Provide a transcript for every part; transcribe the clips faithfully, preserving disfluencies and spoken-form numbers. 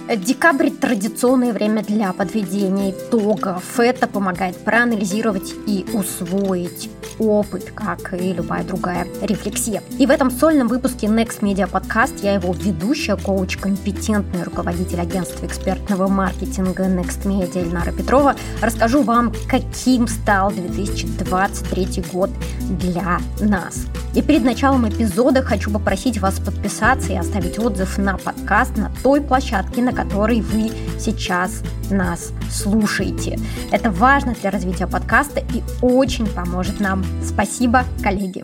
Декабрь – традиционное время для подведения итогов. Это помогает проанализировать и усвоить опыт, как и любая другая рефлексия. И в этом сольном выпуске Next Media Podcast я его ведущая, коуч, компетентный руководитель агентства экспертного маркетинга Next Media Ильнара Петрова расскажу вам, каким стал две тысячи двадцать третий год для нас. И перед началом эпизода хочу попросить вас подписаться и оставить отзыв на подкаст на той площадке, на которой вы сейчас нас слушаете. Это важно для развития подкаста и очень поможет нам. Спасибо, коллеги.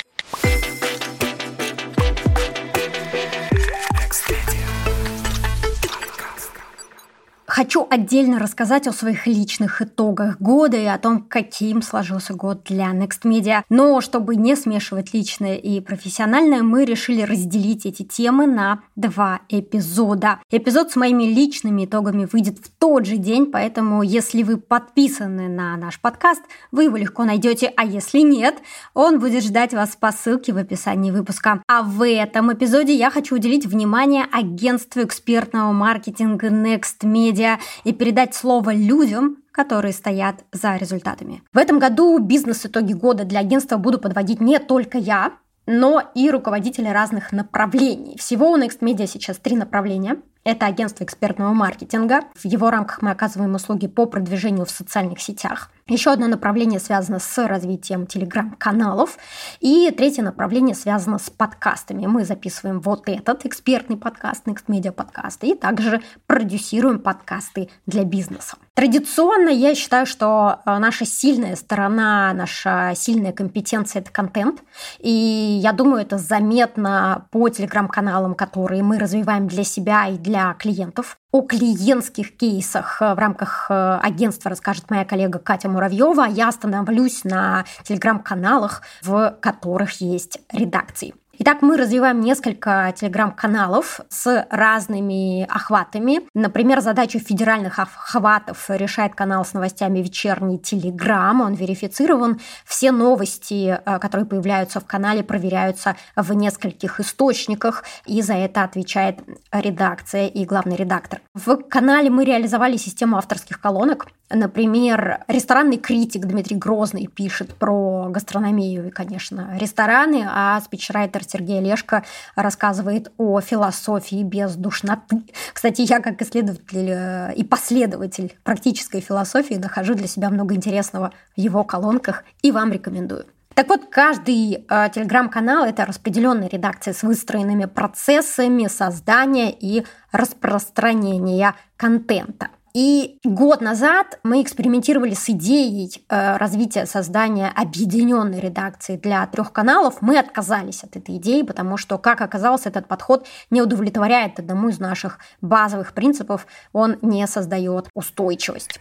Хочу отдельно рассказать о своих личных итогах года и о том, каким сложился год для Next Media. Но чтобы не смешивать личное и профессиональное, мы решили разделить эти темы на два эпизода. Эпизод с моими личными итогами выйдет в тот же день, поэтому если вы подписаны на наш подкаст, вы его легко найдете, а если нет, он будет ждать вас по ссылке в описании выпуска. А в этом эпизоде я хочу уделить внимание агентству экспертного маркетинга Next Media и передать слово людям, которые стоят за результатами. В этом году бизнес-итоги года для агентства буду подводить не только я, но и руководители разных направлений. Всего у Next Media сейчас три направления. Это агентство экспертного маркетинга. В его рамках мы оказываем услуги по продвижению в социальных сетях. Еще одно направление связано с развитием телеграм-каналов. И третье направление связано с подкастами. Мы записываем вот этот экспертный подкаст, Next Media подкаст, и также продюсируем подкасты для бизнеса. Традиционно я считаю, что наша сильная сторона, наша сильная компетенция – это контент. И я думаю, это заметно по телеграм-каналам, которые мы развиваем для себя и для клиентов. О клиентских кейсах в рамках агентства расскажет моя коллега Катя Муравьева. Я остановлюсь на телеграм-каналах, в которых есть редакции. Итак, мы развиваем несколько телеграм-каналов с разными охватами. Например, задачу федеральных охватов решает канал с новостями «Вечерний Телеграм». Он верифицирован. Все новости, которые появляются в канале, проверяются в нескольких источниках, и за это отвечает редакция и главный редактор. В канале мы реализовали систему авторских колонок. Например, ресторанный критик Дмитрий Грозный пишет про гастрономию и, конечно, рестораны, а спичрайтер Сергей Олешко рассказывает о философии без душноты. Кстати, я как исследователь и последователь практической философии нахожу для себя много интересного в его колонках и вам рекомендую. Так вот, каждый э, телеграм-канал – это распределенная редакция с выстроенными процессами создания и распространения контента. И год назад мы экспериментировали с идеей э, развития создания объединенной редакции для трех каналов. Мы отказались от этой идеи, потому что, как оказалось, этот подход не удовлетворяет одному из наших базовых принципов. Он не создает устойчивость.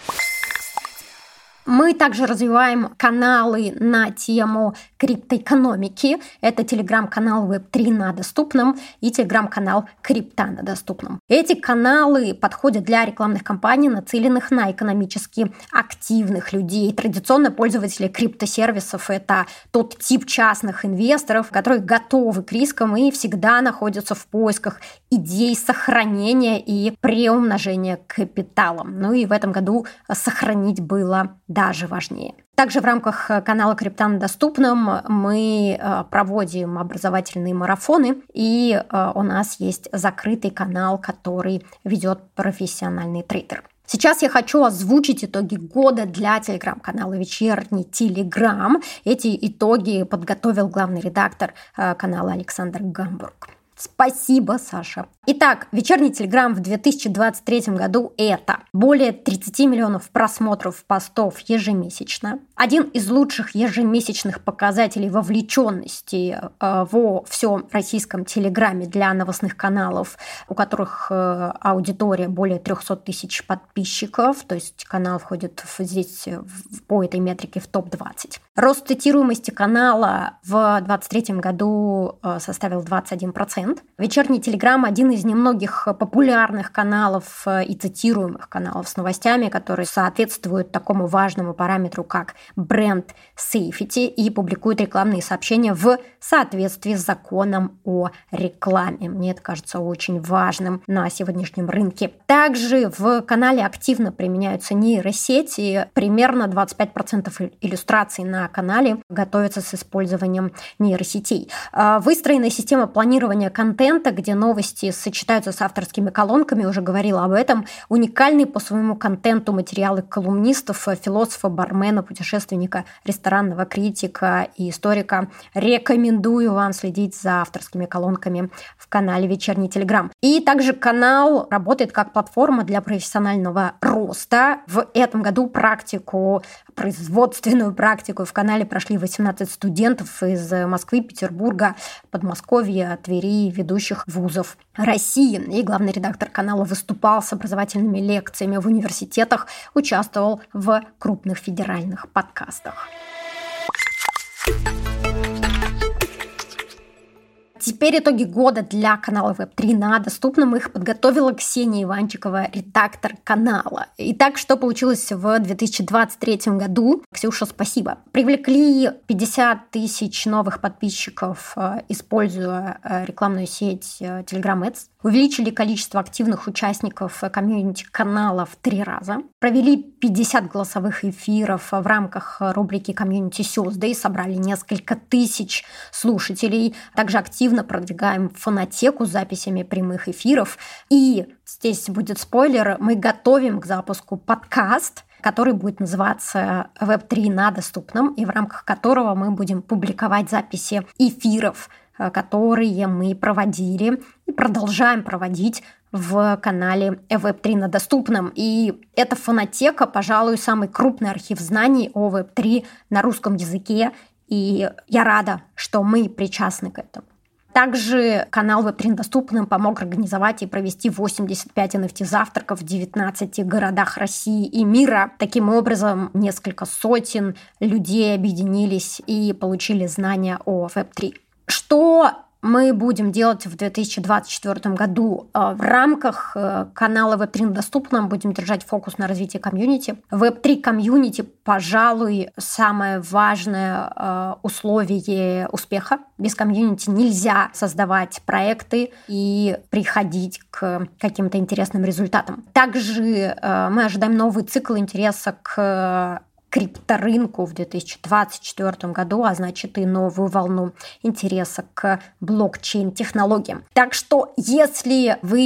Мы также развиваем каналы на тему криптоэкономики. Это телеграм-канал веб три на доступном и телеграм-канал крипта на доступном. Эти каналы подходят для рекламных кампаний, нацеленных на экономически активных людей. Традиционно пользователи криптосервисов – это тот тип частных инвесторов, которые готовы к рискам и всегда находятся в поисках идей сохранения и приумножения капитала. Ну и в этом году сохранить было даже важнее. Также в рамках канала «Крипта на доступном» мы проводим образовательные марафоны, и у нас есть закрытый канал, который ведет профессиональный трейдер. Сейчас я хочу озвучить итоги года для телеграм-канала «Вечерний Телеграм». Эти итоги подготовил главный редактор канала Александр Гамбург. Спасибо, Саша. Итак, «Вечерний Телеграм» в две тысячи двадцать третьем году – это более тридцать миллионов просмотров постов ежемесячно, один из лучших ежемесячных показателей вовлеченности э, во всем российском Телеграме для новостных каналов, у которых э, аудитория более триста тысяч подписчиков, то есть канал входит в, здесь в, по этой метрике в топ двадцать. Рост цитируемости канала в двадцать третьем году составил двадцать один процент. «Вечерний Телеграм» – один из немногих популярных каналов и цитируемых каналов с новостями, которые соответствуют такому важному параметру, как бренд сейфити, и публикует рекламные сообщения в соответствии с законом о рекламе. Мне это кажется очень важным на сегодняшнем рынке. Также в канале активно применяются нейросети. Примерно двадцать пять процентов иллюстраций на канале готовятся с использованием нейросетей. Выстроена система планирования контента, где новости сочетаются с авторскими колонками, уже говорила об этом. Уникальный по своему контенту материалы колумнистов, философа, бармена, путешественника, ресторанного критика и историка. Рекомендую вам следить за авторскими колонками в канале «Вечерний Телеграм». И также канал работает как платформа для профессионального роста. В этом году практику, производственную практику в канале прошли восемнадцать студентов из Москвы, Петербурга, Подмосковья, Твери, ведущих вузов России. И главный редактор канала выступал с образовательными лекциями в университетах, участвовал в крупных федеральных подкастах. Теперь итоги года для канала веб три на Доступном. Их подготовила Ксения Иванчикова, редактор канала. Итак, что получилось в две тысячи двадцать третьем году? Ксюша, спасибо. Привлекли пятьдесят тысяч новых подписчиков, используя рекламную сеть Telegram Ads. Увеличили количество активных участников комьюнити канала в три раза. Провели пятьдесят голосовых эфиров в рамках рубрики «Комьюнити Сёзды» и собрали несколько тысяч слушателей. Также активно продвигаем фонотеку с записями прямых эфиров. И здесь будет спойлер, мы готовим к запуску подкаст, который будет называться веб три на Доступном, и в рамках которого мы будем публиковать записи эфиров, которые мы проводили и продолжаем проводить в канале веб три на Доступном. И эта фонотека, пожалуй, самый крупный архив знаний о веб три на русском языке, и я рада, что мы причастны к этому. Также канал веб три на Доступном помог организовать и провести восемьдесят пять эн эф ти-завтраков в девятнадцати городах России и мира. Таким образом, несколько сотен людей объединились и получили знания о веб три. Что мы будем делать в две тысячи двадцать четвёртом году? В рамках канала веб три на Доступном будем держать фокус на развитии комьюнити. веб три комьюнити, пожалуй, самое важное условие успеха. Без комьюнити нельзя создавать проекты и приходить к каким-то интересным результатам. Также мы ожидаем новый цикл интереса к крипторынку в две тысячи двадцать четвёртом году, а значит и новую волну интереса к блокчейн-технологиям. Так что, если вы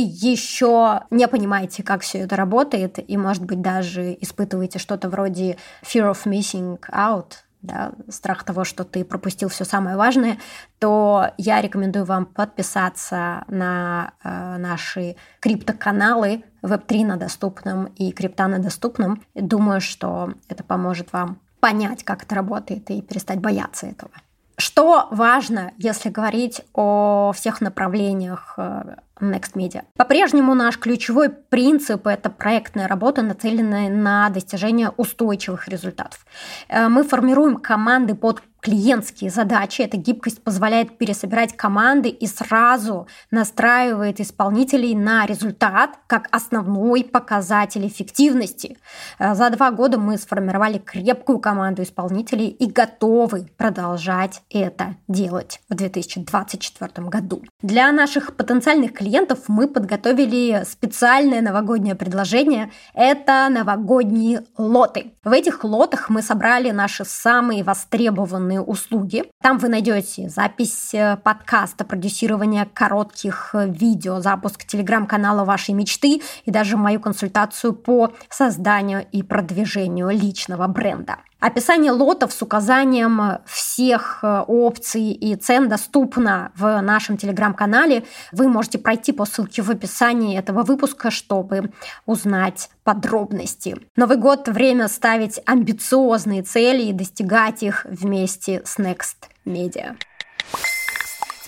еще не понимаете, как все это работает, и, может быть, даже испытываете что-то вроде fear of missing out, да, страх того, что ты пропустил все самое важное, то я рекомендую вам подписаться на э, наши криптоканалы веб три на Доступном и крипта на Доступном. Думаю, что это поможет вам понять, как это работает, и перестать бояться этого. Что важно, если говорить о всех направлениях Next Media? По-прежнему наш ключевой принцип – это проектная работа, нацеленная на достижение устойчивых результатов. Мы формируем команды под клиентские задачи. Эта гибкость позволяет пересобирать команды и сразу настраивает исполнителей на результат как основной показатель эффективности. За два года мы сформировали крепкую команду исполнителей и готовы продолжать это делать в две тысячи двадцать четвёртом году. Для наших потенциальных клиентов мы подготовили специальное новогоднее предложение. Это новогодние лоты. В этих лотах мы собрали наши самые востребованные услуги. Там вы найдете запись подкаста, продюсирование коротких видео, запуск телеграм-канала вашей мечты и даже мою консультацию по созданию и продвижению личного бренда. Описание лотов с указанием всех опций и цен доступно в нашем телеграм-канале. Вы можете пройти по ссылке в описании этого выпуска, чтобы узнать подробности. Новый год – время ставить амбициозные цели и достигать их вместе с Next Media.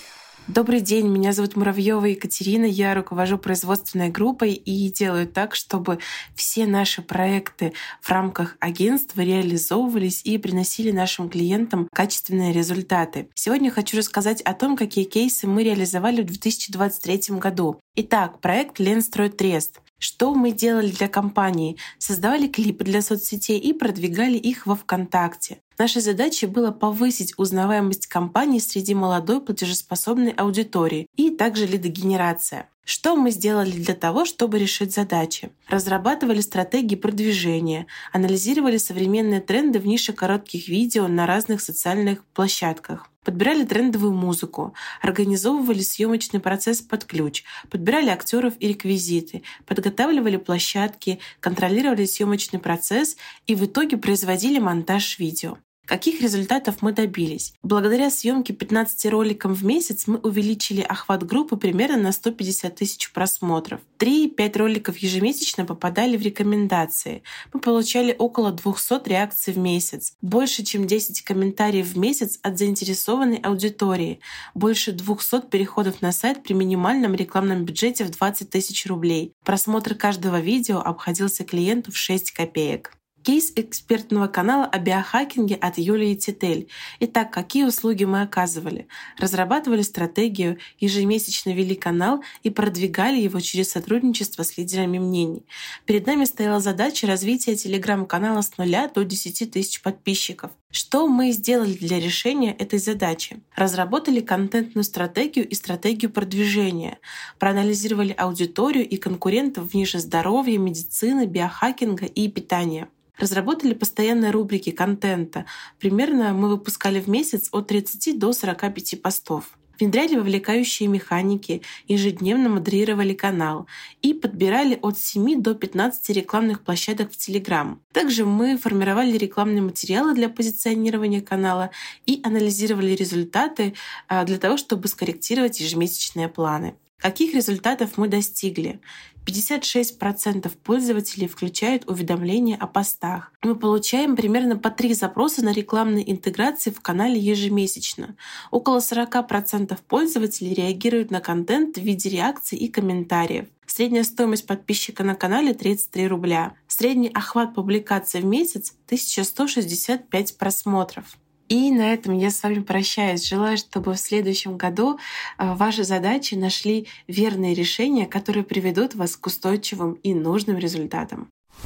Добрый день, меня зовут Муравьева Екатерина, я руковожу производственной группой и делаю так, чтобы все наши проекты в рамках агентства реализовывались и приносили нашим клиентам качественные результаты. Сегодня хочу рассказать о том, какие кейсы мы реализовали в две тысячи двадцать третьем году. Итак, проект Ленстрой-Трест. Что мы делали для компании? Создавали клипы для соцсетей и продвигали их во ВКонтакте. Нашей задачей было повысить узнаваемость компании среди молодой платежеспособной аудитории и также лидогенерация. Что мы сделали для того, чтобы решить задачи? Разрабатывали стратегии продвижения, анализировали современные тренды в нише коротких видео на разных социальных площадках, подбирали трендовую музыку, организовывали съемочный процесс под ключ, подбирали актеров и реквизиты, подготавливали площадки, контролировали съемочный процесс и в итоге производили монтаж видео. Каких результатов мы добились? Благодаря съемке пятнадцати роликам в месяц мы увеличили охват группы примерно на сто пятьдесят тысяч просмотров. три-пять роликов ежемесячно попадали в рекомендации. Мы получали около двухсот реакций в месяц. Больше, чем десять комментариев в месяц от заинтересованной аудитории. Больше двухсот переходов на сайт при минимальном рекламном бюджете в двадцать тысяч рублей. Просмотр каждого видео обходился клиенту в шесть копеек. Кейс экспертного канала о биохакинге от Юлии Тетель. Итак, какие услуги мы оказывали? Разрабатывали стратегию, ежемесячно вели канал и продвигали его через сотрудничество с лидерами мнений. Перед нами стояла задача развития телеграм-канала с нуля до десяти тысяч подписчиков. Что мы сделали для решения этой задачи? Разработали контентную стратегию и стратегию продвижения. Проанализировали аудиторию и конкурентов в нише здоровья, медицины, биохакинга и питания. Разработали постоянные рубрики контента. Примерно мы выпускали в месяц от тридцати до сорока пяти постов. Внедряли вовлекающие механики, ежедневно модерировали канал и подбирали от семи до пятнадцати рекламных площадок в Telegram. Также мы формировали рекламные материалы для позиционирования канала и анализировали результаты для того, чтобы скорректировать ежемесячные планы. Каких результатов мы достигли? пятьдесят шесть процентов пользователей включают уведомления о постах. Мы получаем примерно по три запроса на рекламные интеграции в канале ежемесячно. Около сорок процентов пользователей реагируют на контент в виде реакций и комментариев. Средняя стоимость подписчика на канале — тридцать три рубля. Средний охват публикаций в месяц — тысяча сто шестьдесят пять просмотров. И на этом я с вами прощаюсь. Желаю, чтобы в следующем году ваши задачи нашли верные решения, которые приведут вас к устойчивым и нужным результатам.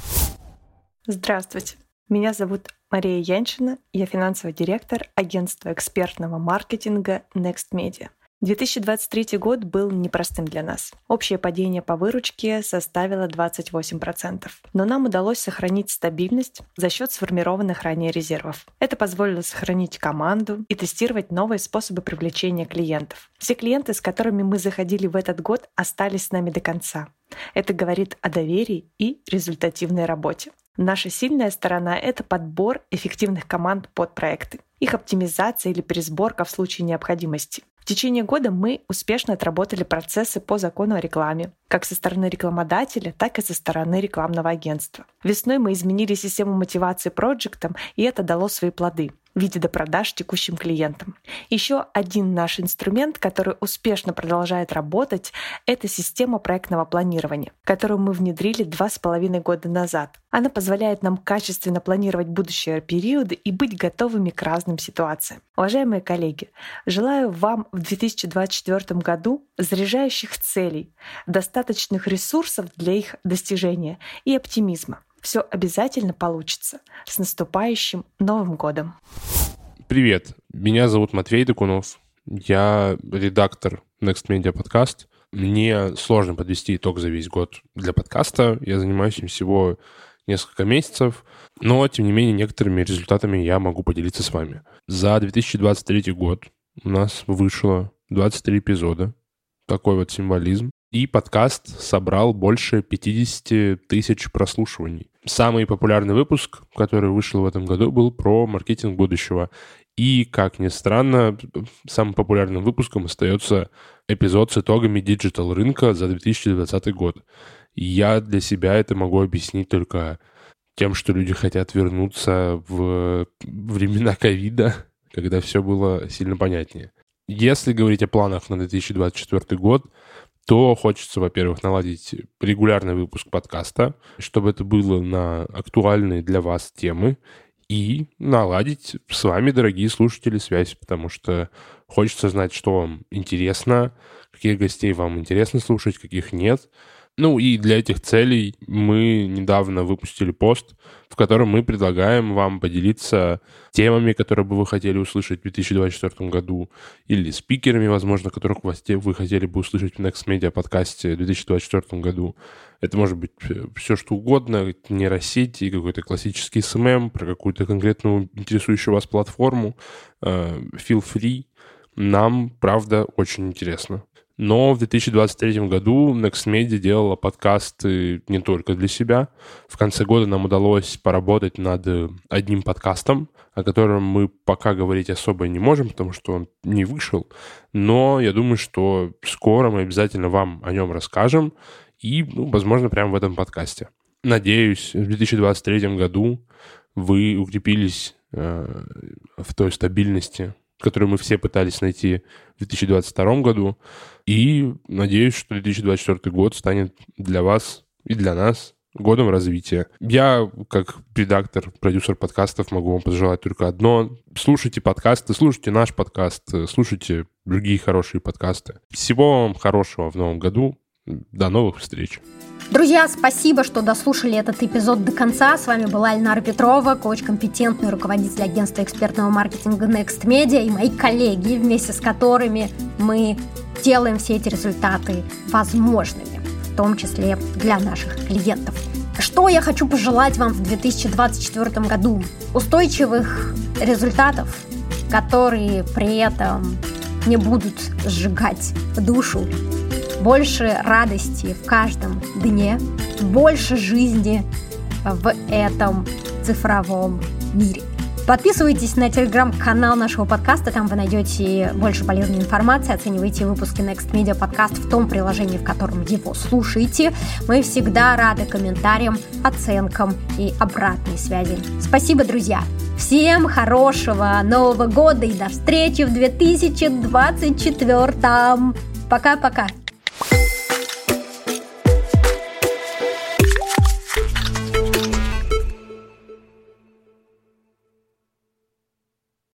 Здравствуйте. Меня зовут Мария Яньшина. Я финансовый директор агентства экспертного маркетинга Next Media. две тысячи двадцать третий год был непростым для нас. Общее падение по выручке составило двадцать восемь процентов. Но нам удалось сохранить стабильность за счет сформированных ранее резервов. Это позволило сохранить команду и тестировать новые способы привлечения клиентов. Все клиенты, с которыми мы заходили в этот год, остались с нами до конца. Это говорит о доверии и результативной работе. Наша сильная сторона — это подбор эффективных команд под проекты, их оптимизация или пересборка в случае необходимости. В течение года мы успешно отработали процессы по закону о рекламе, как со стороны рекламодателя, так и со стороны рекламного агентства. Весной мы изменили систему мотивации проектам, и это дало свои плоды в виде допродаж текущим клиентам. Еще один наш инструмент, который успешно продолжает работать, это система проектного планирования, которую мы внедрили два с половиной года назад. Она позволяет нам качественно планировать будущие периоды и быть готовыми к разным ситуациям. Уважаемые коллеги, желаю вам в две тысячи двадцать четвёртом году заряжающих целей, достаточных ресурсов для их достижения и оптимизма. Все обязательно получится. С наступающим Новым годом! Привет, меня зовут Матвей Докунов. Я редактор Next Media Podcast. Мне сложно подвести итог за весь год для подкаста. Я занимаюсь им всего несколько месяцев, но, тем не менее, некоторыми результатами я могу поделиться с вами. За две тысячи двадцать третий год у нас вышло двадцать три эпизода. Такой вот символизм. И подкаст собрал больше пятьдесят тысяч прослушиваний. Самый популярный выпуск, который вышел в этом году, был про маркетинг будущего. И, как ни странно, самым популярным выпуском остается эпизод с итогами диджитал-рынка за две тысячи двадцатый год. Я для себя это могу объяснить только тем, что люди хотят вернуться в времена ковида, когда все было сильно понятнее. Если говорить о планах на две тысячи двадцать четвёртый год, то хочется, во-первых, наладить регулярный выпуск подкаста, чтобы это было на актуальные для вас темы, и наладить с вами, дорогие слушатели, связь, потому что хочется знать, что вам интересно, каких гостей вам интересно слушать, каких нет. Ну и для этих целей мы недавно выпустили пост, в котором мы предлагаем вам поделиться темами, которые бы вы хотели услышать в две тысячи двадцать четвёртом году, или спикерами, возможно, которых вы хотели бы услышать в Next Media подкасте в две тысячи двадцать четвёртом году. Это может быть все что угодно, нейросети, какой-то классический эс эм эм, про какую-то конкретную интересующую вас платформу. Feel free. Нам, правда, очень интересно. Но в две тысячи двадцать третьем году Next Media делала подкасты не только для себя. В конце года нам удалось поработать над одним подкастом, о котором мы пока говорить особо не можем, потому что он не вышел. Но я думаю, что скоро мы обязательно вам о нем расскажем. И, ну, возможно, прямо в этом подкасте. Надеюсь, в две тысячи двадцать третьем году вы укрепились э, в той стабильности, которую мы все пытались найти в две тысячи двадцать втором году. И надеюсь, что две тысячи двадцать четвёртый год станет для вас и для нас годом развития. Я, как редактор, продюсер подкастов, могу вам пожелать только одно. Слушайте подкасты, слушайте наш подкаст, слушайте другие хорошие подкасты. Всего вам хорошего в новом году. До новых встреч. Друзья, спасибо, что дослушали этот эпизод до конца. С вами была Эльнара Петрова, коуч-компетентный руководитель агентства экспертного маркетинга Next Media, и мои коллеги, вместе с которыми мы делаем все эти результаты возможными, в том числе для наших клиентов. Что я хочу пожелать вам в две тысячи двадцать четвёртом году? Устойчивых результатов, которые при этом не будут сжигать душу. Больше радости в каждом дне, больше жизни в этом цифровом мире. Подписывайтесь на телеграм-канал нашего подкаста, там вы найдете больше полезной информации, оценивайте выпуски Next Media подкаст в том приложении, в котором его слушаете. Мы всегда рады комментариям, оценкам и обратной связи. Спасибо, друзья! Всем хорошего Нового года и до встречи в две тысячи двадцать четвёртом! Пока-пока!